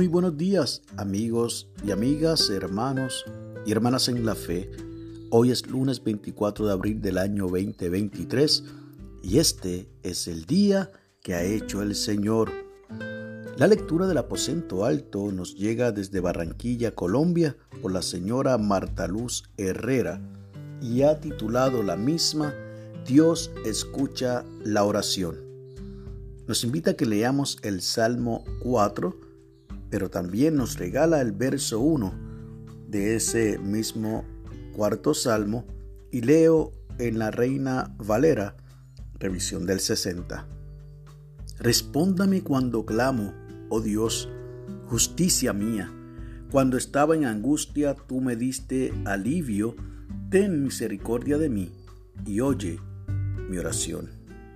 Muy buenos días, amigos y amigas, hermanos y hermanas en la fe. Hoy es lunes 24 de abril del año 2023 y este es el día que ha hecho el Señor. La lectura del aposento alto nos llega desde Barranquilla, Colombia, por la señora Marta Luz Herrera y ha titulado la misma Dios escucha la oración. Nos invita a que leamos el Salmo 4, pero también nos regala el verso 1 de ese mismo cuarto salmo y leo en la Reina Valera, revisión del 60. Respóndame cuando clamo, oh Dios, justicia mía. Cuando estaba en angustia, tú me diste alivio. Ten misericordia de mí y oye mi oración.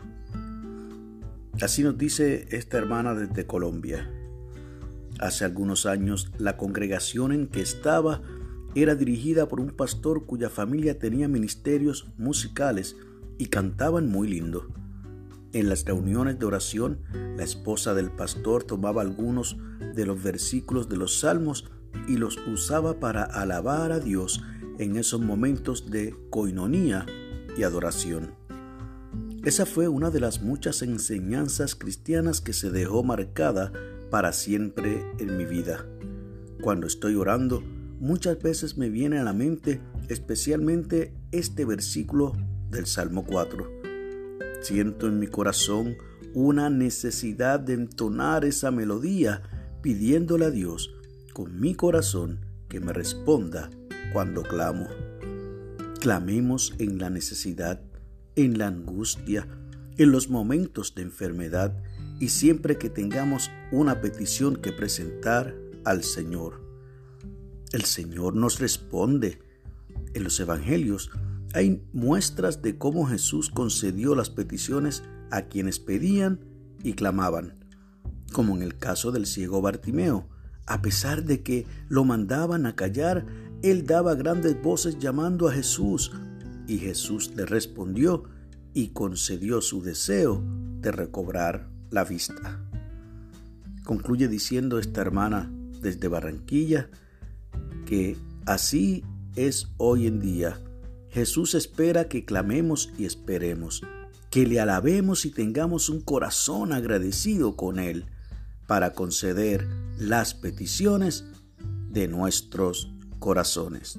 Así nos dice esta hermana desde Colombia. Hace algunos años, la congregación en que estaba era dirigida por un pastor cuya familia tenía ministerios musicales y cantaban muy lindo. En las reuniones de oración, la esposa del pastor tomaba algunos de los versículos de los salmos y los usaba para alabar a Dios en esos momentos de coinonía y adoración. Esa fue una de las muchas enseñanzas cristianas que se dejó marcada para siempre en mi vida. Cuando estoy orando, muchas veces me viene a la mente especialmente este versículo del Salmo 4. Siento en mi corazón una necesidad de entonar esa melodía pidiéndole a Dios con mi corazón que me responda cuando clamo. Clamemos en la necesidad, en la angustia, en los momentos de enfermedad y siempre que tengamos una petición que presentar al Señor. El Señor nos responde. En los evangelios hay muestras de cómo Jesús concedió las peticiones a quienes pedían y clamaban, como en el caso del ciego Bartimeo. A pesar de que lo mandaban a callar, él daba grandes voces llamando a Jesús, y Jesús le respondió y concedió su deseo de recobrar la vista. Concluye diciendo esta hermana desde Barranquilla que así es hoy en día. Jesús espera que clamemos y esperemos, que le alabemos y tengamos un corazón agradecido con Él para conceder las peticiones de nuestros corazones.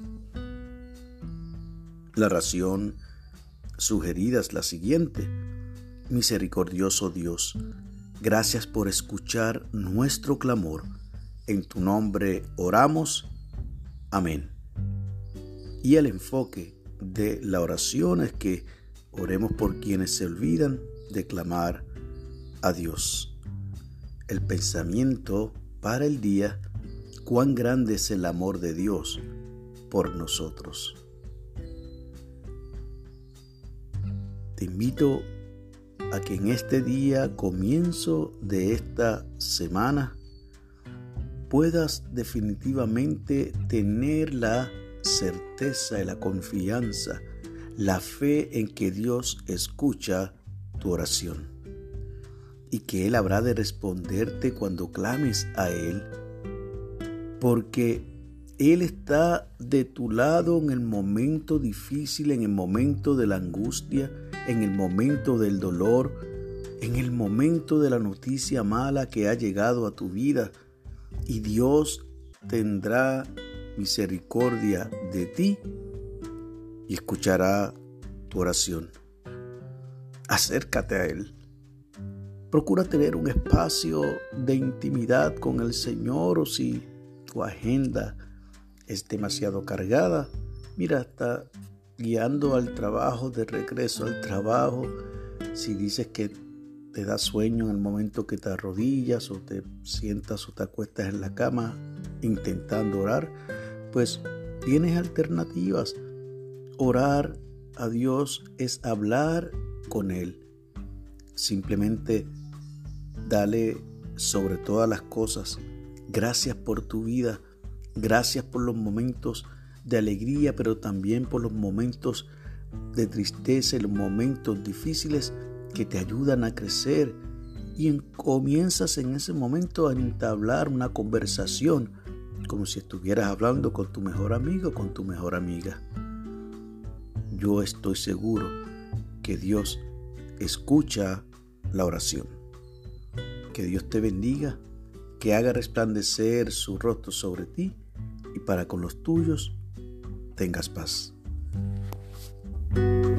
La oración sugerida es la siguiente: misericordioso Dios, gracias por escuchar nuestro clamor. En tu nombre oramos. Amén. Y el enfoque de la oración es que oremos por quienes se olvidan de clamar a Dios. El pensamiento para el día: cuán grande es el amor de Dios por nosotros. Te invito a que en este día, comienzo de esta semana, puedas definitivamente tener la certeza y la confianza, la fe en que Dios escucha tu oración y que Él habrá de responderte cuando clames a Él, porque Él está de tu lado en el momento difícil, en el momento de la angustia, en el momento del dolor, en el momento de la noticia mala que ha llegado a tu vida, y Dios tendrá misericordia de ti y escuchará tu oración. Acércate a Él. Procura tener un espacio de intimidad con el Señor, o si tu agenda es demasiado cargada, mira, está guiando al trabajo, de regreso al trabajo. Si dices que te da sueño en el momento que te arrodillas o te sientas o te acuestas en la cama intentando orar, pues tienes alternativas. Orar a Dios es hablar con Él. Simplemente dale sobre todas las cosas gracias por tu vida, gracias por los momentos de alegría, pero también por los momentos de tristeza y los momentos difíciles que te ayudan a crecer y comienzas en ese momento a entablar una conversación como si estuvieras hablando con tu mejor amigo o con tu mejor amiga. Yo estoy seguro que Dios escucha la oración. Que Dios te bendiga, que haga resplandecer su rostro sobre ti y para con los tuyos tengas paz.